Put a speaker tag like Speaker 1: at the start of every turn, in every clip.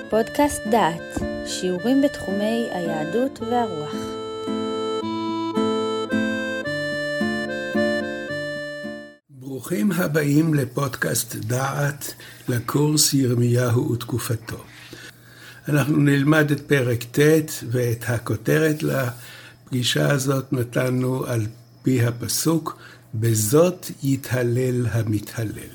Speaker 1: פודקאסט דעת, שיעורים בתחומי היהדות והרוח.
Speaker 2: ברוכים הבאים לפודקאסט דעת, לקורס ירמיהו ותקופתו. אנחנו נלמד את פרק ט' ואת הכותרת לפגישה הזאת נתנו על פי הפסוק, בזאת יתהלל המתהלל.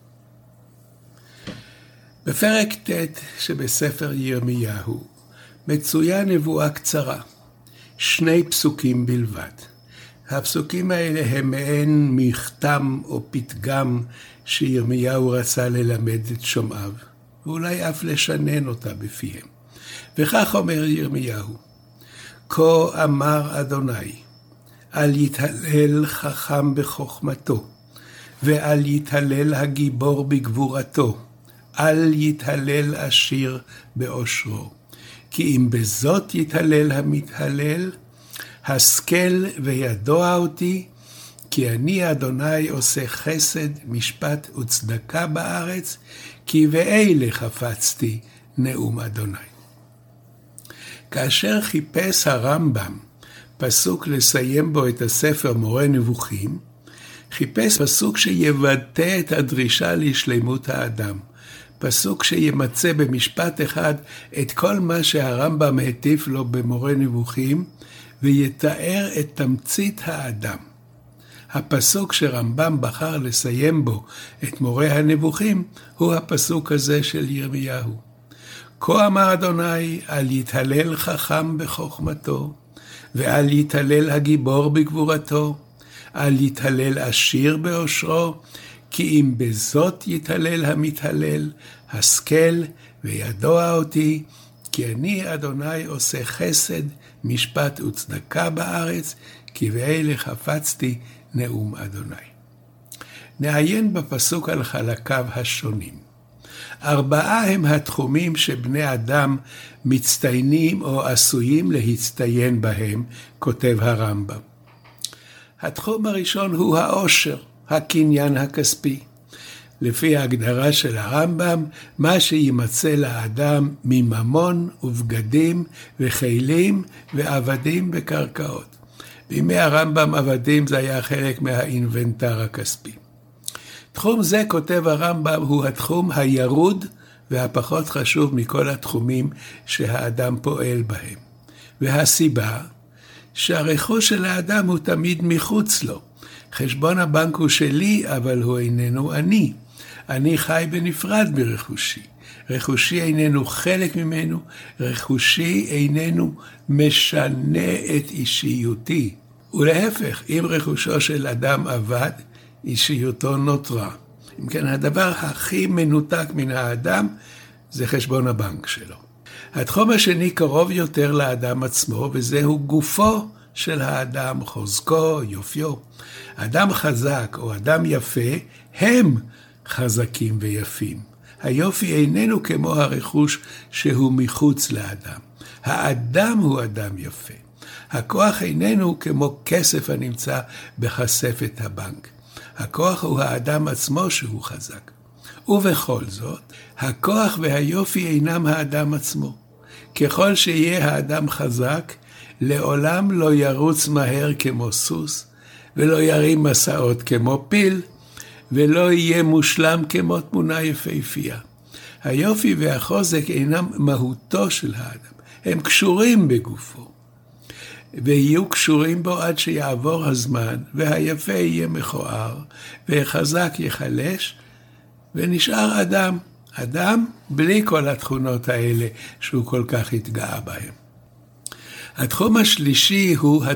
Speaker 2: בפרק ט' שבספר ירמיהו מצויה נבואה קצרה, 2 פסוקים בלבד. הפסוקים האלה הם מעין מכתם או פתגם שירמיהו רצה ללמד את שומעיו, ואולי אף לשנן אותה בפיהם. וכך אומר ירמיהו, כה אמר אדוני, אל יתהלל חכם בחוכמתו, ואל יתהלל הגיבור בגבורתו, אל יתהלל עשיר באושרו. כי אם בזאת יתהלל המתהלל, השכל וידוע אותי, כי אני אדוני עושה חסד, משפט וצדקה בארץ, כי ואלה חפצתי נאום אדוני. כאשר חיפש הרמב"ם פסוק לסיים בו את הספר מורה נבוכים, חיפש פסוק שיבטא את הדרישה לשלמות האדם. פסוק שימצא במשפט אחד את כל מה שהרמב"ם הטיף לו במורה נבוכים, ויתאר את תמצית האדם. הפסוק שרמב"ם בחר לסיים בו את מורה הנבוכים, הוא הפסוק הזה של ירמיהו. כה אמר אדוני, אל יתהלל חכם בחוכמתו, ואל יתהלל הגיבור בגבורתו, אל יתהלל עשיר באושרו, כי אם בזאת יתהלל המתהלל, השכל וידוע אותי, כי אני אדוני עושה חסד, משפט וצדקה בארץ, כי ואלה חפצתי נאום אדוני. נעיין בפסוק על חלקיו השונים. 4 הם התחומים שבני אדם מצטיינים או עשויים להצטיין בהם, כותב הרמב"ם. התחום הראשון הוא העושר, הקניין הכספי. לפי ההגדרה של הרמב"ם, מה שימצא לאדם מממון ובגדים וכלים ועבדים בקרקעות. בימי הרמב"ם עבדים זה היה חלק מהאינבנטר הכספי. תחום זה, כותב הרמב"ם, הוא התחום הירוד והפחות חשוב מכל התחומים שהאדם פועל בהם. והסיבה שהרכוש של האדם הוא תמיד מחוץ לו. חשבון הבנק הוא שלי, אבל הוא איננו אני. אני חי בנפרד מרכושי. רכושי איננו חלק ממנו, רכושי איננו משנה את אישיותי. ולהפך, אם רכושו של אדם עבד, אישיותו נותרה. אם כן, הדבר הכי מנותק מן האדם זה חשבון הבנק שלו. התחום השני קרוב יותר לאדם עצמו, וזהו גופו של האדם, חוזקו, יופיו. אדם חזק או אדם יפה הם חזקים ויפים. היופי איננו כמו הרכוש שהוא מחוץ לאדם. האדם הוא אדם יפה. הכוח איננו כמו כסף הנמצא בכספת הבנק. הכוח הוא האדם עצמו שהוא חזק. ובכל זאת, הכוח והיופי אינם האדם עצמו. ככל שיהיה האדם חזק, לעולם לא ירוץ מהר כמו סוס, ולא ירים מסעות כמו פיל, ולא יהיה מושלם כמו תמונה יפהפייה. היופי והחוזק אינם מהותו של האדם, הם קשורים בגופו. ויהיו קשורים בו עד שיעבור הזמן, והיפה יהיה מכוער, והחזק יחלש, ונשאר אדם. אדם בלי כל התכונות האלה שהוא כל כך התגאה בהם. התחום השלישי הוא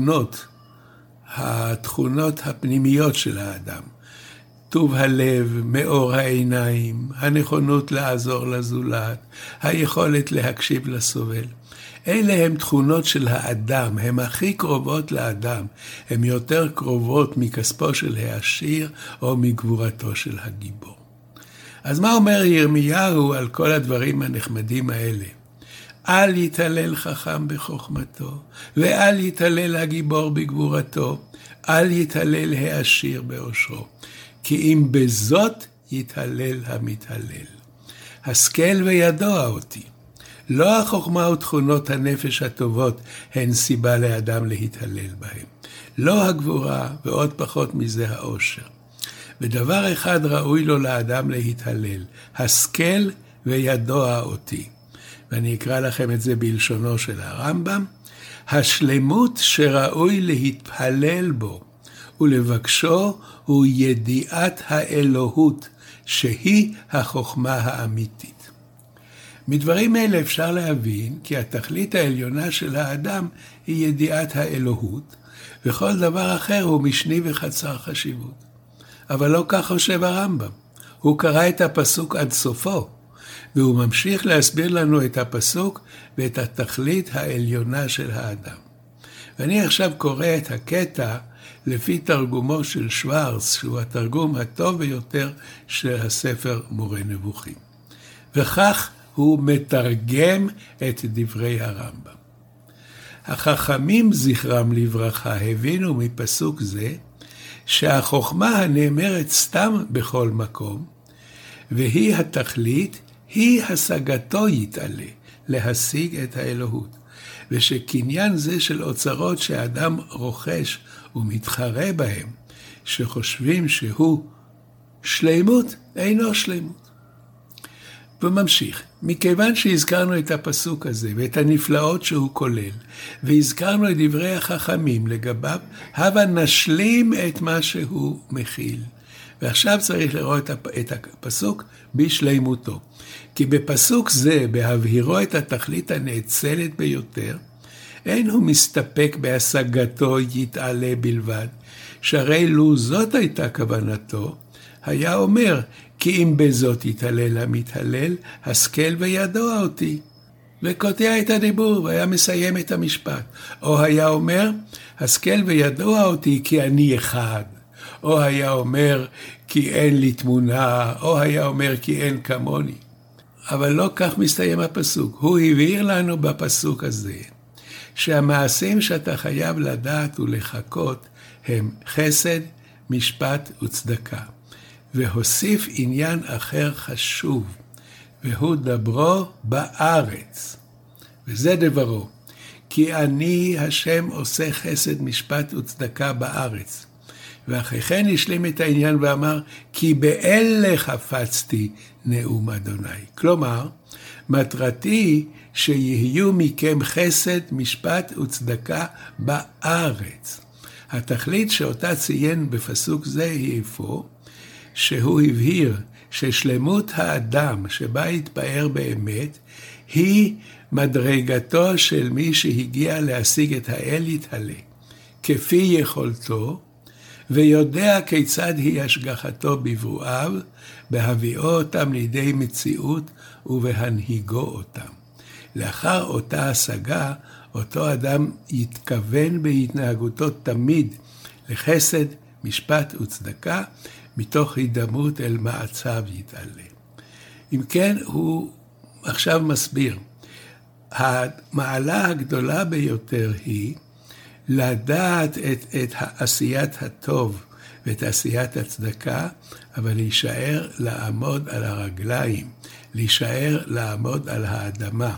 Speaker 2: התכונות הפנימיות של האדם. טוב הלב, מאור העיניים, הנכונות לעזור לזולת, היכולת להקשיב לסובל. אלה הם תכונות של האדם, הן הכי קרובות לאדם, הן יותר קרובות מכספו של העשיר או מגבורתו של הגיבור. אז מה אומר ירמיהו על כל הדברים הנחמדים האלה? אל יתהלל חכם בחוכמתו, ואל יתהלל הגיבור בגבורתו, אל יתהלל העשיר באושרו, כי אם בזאת יתהלל המתהלל. השכל וידוע אותי, לא החוכמה ותכונות הנפש הטובות הן סיבה לאדם להתהלל בהם. לא הגבורה ועוד פחות מזה העושר. ודבר אחד ראוי לו לאדם להתהלל, השכל וידוע אותי. ואני אקרא לכם את זה בלשונו של הרמב"ם. השלמות שראוי להתפלל בו ולבקשו הוא ידיעת האלוהות, שהיא החוכמה האמיתית. מדברים אלה אפשר להבין כי התכלית העליונה של האדם היא ידיעת האלוהות, וכל דבר אחר הוא משני וחסר חשיבות. אבל לא כך חושב הרמב"ם. הוא קרא את הפסוק עד סופו, והוא ממשיך להסביר לנו את הפסוק ואת התכלית העליונה של האדם. ואני עכשיו קורא את הקטע לפי תרגומו של שוורץ, שהוא התרגום הטוב ביותר של הספר מורה נבוכים. וכך הוא מתרגם את דברי הרמב"ם. החכמים זכרם לברכה הבינו מפסוק זה שהחוכמה הנאמרת סתם בכל מקום, והיא התכלית, היא השגתו יתעלה, להשיג את האלוהות. ושקניין זה של אוצרות שאדם רוכש ומתחרה בהם, שחושבים שהוא שלמות, אינו שלמות. וממשיך, מכיוון שהזכרנו את הפסוק הזה ואת הנפלאות שהוא כולל, והזכרנו את דברי החכמים לגביו, הבה נשלים את מה שהוא מכיל. ועכשיו צריך לראות את הפסוק בשלימותו. כי בפסוק זה, בהבהירו את התכלית הנאצלת ביותר, אין הוא מסתפק בהשגתו יתעלה בלבד, שהרי לו זאת הייתה כוונתו, היה אומר, כי אם בזאת יתהלל המתהלל, השכל וידוע אותי. וקוטע את הדיבור, והיה מסיים את המשפט. או היה אומר, השכל וידוע אותי כי אני אחד. או היה אומר, כי אין לי תמונה. או היה אומר, כי אין כמוני. אבל לא כך מסתיים הפסוק. הוא הבהיר לנו בפסוק הזה, שהמעשים שאתה חייב לדעת ולחכות, הם חסד, משפט וצדקה. והוסיף עניין אחר חשוב, והוא דברו בארץ. וזה דברו, כי אני השם עושה חסד משפט וצדקה בארץ. ואחרי כן השלים את העניין ואמר, כי באלה חפצתי נאום אדוני. כלומר, מטרתי שיהיו מכם חסד, משפט וצדקה בארץ. התכלית שאותה ציין בפסוק זה היא איפה, שהוא הבהיר ששלמות האדם שבה התפאר באמת, היא מדרגתו של מי שהגיע להשיג את האל יתעלה, כפי יכולתו, ויודע כיצד היא השגחתו בברואיו, בהביאו אותם לידי מציאות ובהנהיגו אותם. לאחר אותה השגה, אותו אדם יתכוון בהתנהגותו תמיד לחסד, משפט וצדקה, מתוך הידמות אל מעציו יתעלה. אם כן, הוא עכשיו מסביר. המעלה הגדולה ביותר היא לדעת את עשיית הטוב ואת עשיית הצדקה, אבל להישאר לעמוד על הרגליים, להישאר לעמוד על האדמה.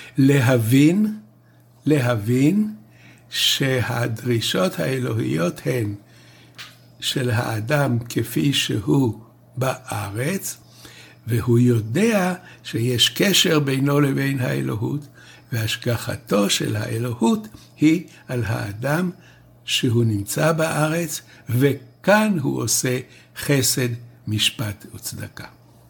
Speaker 2: להבין שהדרישות האלוהיות הן של האדם כפי שהוא בארץ, והוא יודע שיש קשר בינו לבין האלוהות, והשגחתו של האלוהות היא על האדם שהוא נמצא בארץ, וכאן הוא עושה חסד, משפט וצדקה.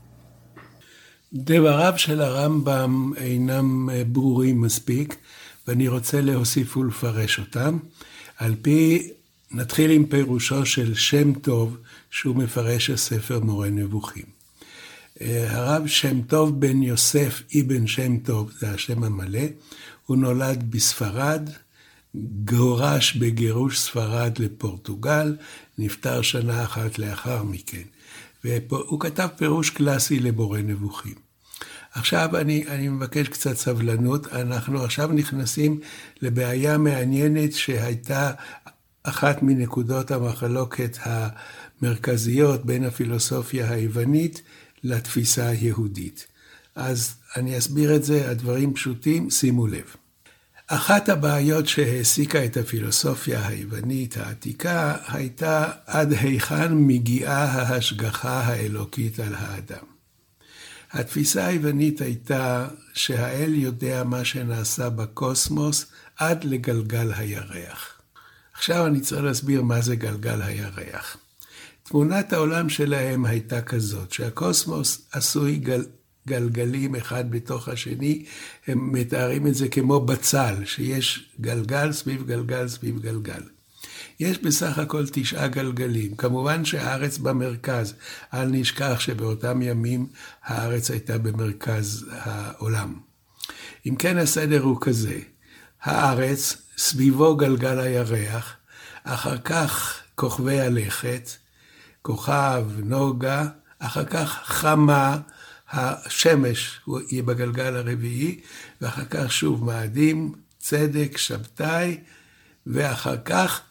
Speaker 2: דבריו של הרמב"ם אינם ברורים מספיק, ואני רוצה להוסיף ולפרש אותם. נתחיל עם פירושו של שם טוב, שהוא מפרש הספר מורה נבוכים. הרב שם טוב בן יוסף אבן שם טוב, זה השם המלא, הוא נולד בספרד, גורש בגירוש ספרד לפורטוגל, נפטר שנה אחת לאחר מכן. והוא כתב פירוש קלאסי למורה נבוכים. עכשיו אני מבקש קצת סבלנות, אנחנו עכשיו נכנסים לבעיה מעניינת שהייתה אחת מנקודות המחלוקת המרכזיות בין הפילוסופיה היוונית לתפיסה היהודית. אז אני אסביר את זה, הדברים פשוטים, שימו לב. אחת הבעיות שהעסיקה את הפילוסופיה היוונית העתיקה הייתה עד היכן מגיעה ההשגחה האלוקית על האדם. התפיסה היוונית הייתה שהאל יודע מה שנעשה בקוסמוס עד לגלגל הירח. עכשיו אני צריך להסביר מה זה גלגל הירח. תמונת העולם שלהם הייתה כזאת, שהקוסמוס עשוי גלגלים אחד בתוך השני, הם מתארים את זה כמו בצל, שיש גלגל סביב גלגל סביב גלגל. יש בסך הכל 9 גלגלים, כמובן שהארץ במרכז, אל נשכח שבאותם ימים הארץ הייתה במרכז העולם. אם כן הסדר הוא כזה, הארץ סביבו גלגל הירח, אחר כך כוכבי הלכת, כוכב, נוגה, אחר כך חמה, השמש יהיה בגלגל הרביעי, ואחר כך שוב מאדים, צדק, שבתאי, ואחר כך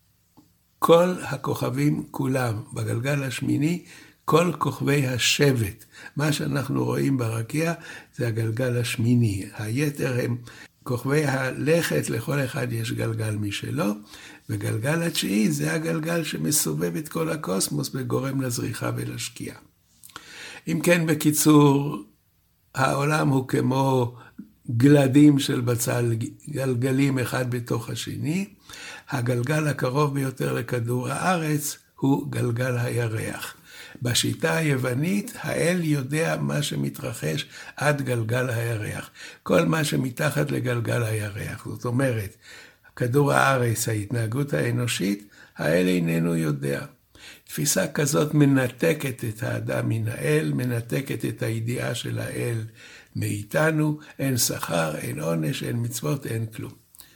Speaker 2: כל הכוכבים כולם. בגלגל השמיני, כל כוכבי השבט. מה שאנחנו רואים ברקיע זה הגלגל השמיני. היתר הם כוכבי הלכת, לכל אחד יש גלגל משלו, וגלגל התשיעי זה הגלגל שמסובב את כל הקוסמוס וגורם לזריחה ולשקיעה. אם כן, בקיצור, העולם הוא כמו גלדים של בצל, גלגלים אחד בתוך השני. הגלגל הקרוב ביותר לכדור הארץ הוא גלגל הירח. בשיטה היוונית, האל יודע מה שמתרחש עד גלגל הירח. כל מה שמתחת לגלגל הירח. זאת אומרת, כדור הארץ, ההתנהגות האנושית, האל איננו יודע. תפיסה כזאת מנתקת את האדם מן האל, מנתקת את הידיעה של האל מאיתנו, אין שכר, אין עונש, אין מצוות, אין כלום.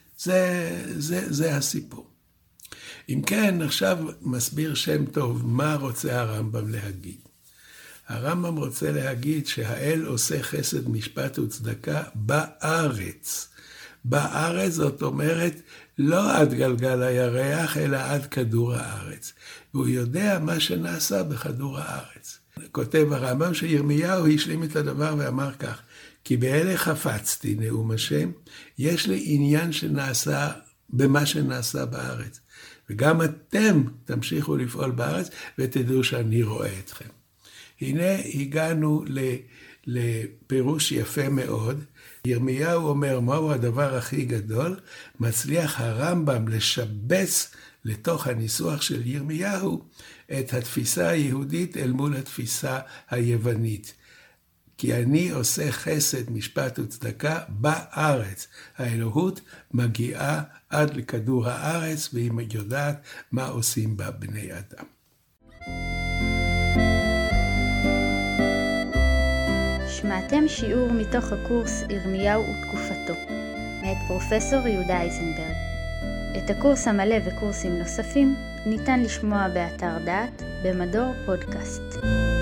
Speaker 2: זה הסיפור. אם כן, עכשיו מסביר שם טוב מה רוצה הרמב"ם להגיד. הרמב"ם רוצה להגיד שהאל עושה חסד, משפט וצדקה בארץ. בארץ זאת אומרת לא עד גלגל הירח, אלא עד כדור הארץ. והוא יודע מה שנעשה בכדור הארץ. כותב הרמב"ם שירמיהו השלים את הדבר ואמר כך, כי באלה חפצתי, נאום השם, יש לי עניין שנעשה במה שנעשה בארץ. וגם אתם תמשיכו לפעול בארץ ותדעו שאני רואה אתכם. הנה הגענו לפירוש יפה מאוד. ירמיהו אומר, מהו הדבר הכי גדול? מצליח הרמב"ם לשבץ לתוך הניסוח של ירמיהו את התפיסה היהודית אל מול התפיסה היוונית. כי אני עושה חסד, משפט וצדקה בארץ. האלוהות מגיעה עד לכדור הארץ, והיא יודעת מה עושים בה בני אדם.
Speaker 1: שמעתם שיעור מתוך הקורס ירמיהו ותקופתו, מאת פרופסור יהודה אייזנברג. את הקורס המלא וקורסים נוספים ניתן לשמוע באתר דעת במדור פודקאסט.